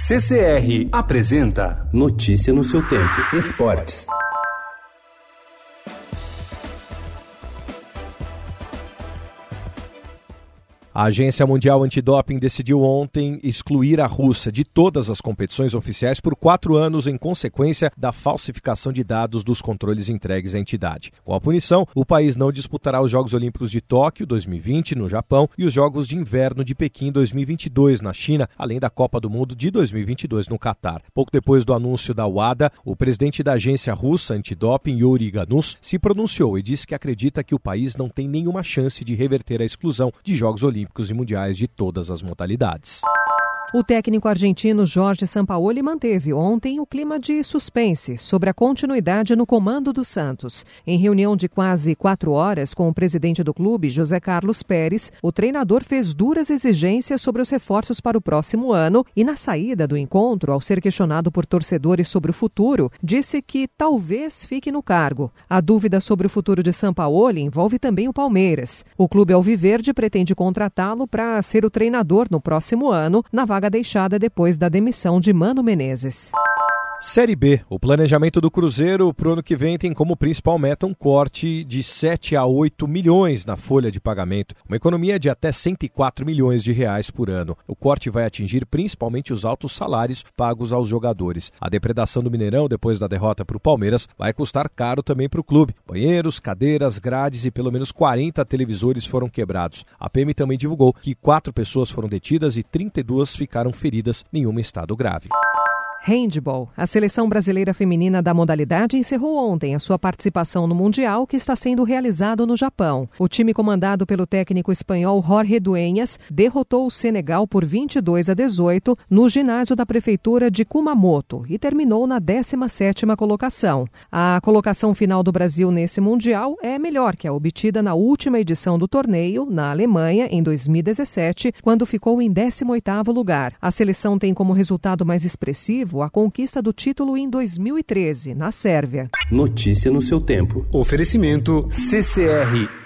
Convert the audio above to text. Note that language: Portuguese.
CCR apresenta Notícia no seu tempo. Esportes. A Agência Mundial Antidoping decidiu ontem excluir a Rússia de todas as competições oficiais por 4 anos em consequência da falsificação de dados dos controles entregues à entidade. Com a punição, o país não disputará os Jogos Olímpicos de Tóquio 2020 no Japão e os Jogos de Inverno de Pequim 2022 na China, além da Copa do Mundo de 2022 no Catar. Pouco depois do anúncio da WADA, o presidente da agência russa antidoping, Yuri Ganus, se pronunciou e disse que acredita que o país não tem nenhuma chance de reverter a exclusão de Jogos Olímpicos e mundiais de todas as modalidades. O técnico argentino Jorge Sampaoli manteve ontem o clima de suspense sobre a continuidade no comando do Santos. Em reunião de quase 4 horas com o presidente do clube, José Carlos Pérez, o treinador fez duras exigências sobre os reforços para o próximo ano e, na saída do encontro, ao ser questionado por torcedores sobre o futuro, disse que talvez fique no cargo. A dúvida sobre o futuro de Sampaoli envolve também o Palmeiras. O clube alviverde pretende contratá-lo para ser o treinador no próximo ano, na vaga deixada depois da demissão de Mano Menezes. Série B. O planejamento do Cruzeiro para o ano que vem tem como principal meta um corte de 7 a 8 milhões na folha de pagamento, uma economia de até 104 milhões de reais por ano. O corte vai atingir principalmente os altos salários pagos aos jogadores. A depredação do Mineirão depois da derrota para o Palmeiras vai custar caro também para o clube. Banheiros, cadeiras, grades e pelo menos 40 televisores foram quebrados. A PM também divulgou que 4 pessoas foram detidas e 32 ficaram feridas, nenhuma em estado grave. Handball. A seleção brasileira feminina da modalidade encerrou ontem a sua participação no Mundial, que está sendo realizado no Japão. O time comandado pelo técnico espanhol Jorge Dueñas derrotou o Senegal por 22-18 no ginásio da prefeitura de Kumamoto e terminou na 17ª colocação. A colocação final do Brasil nesse Mundial é melhor que a obtida na última edição do torneio, na Alemanha, em 2017, quando ficou em 18º lugar. A seleção tem como resultado mais expressivo a conquista do título em 2013, na Sérvia. Notícia no seu tempo. Oferecimento CCR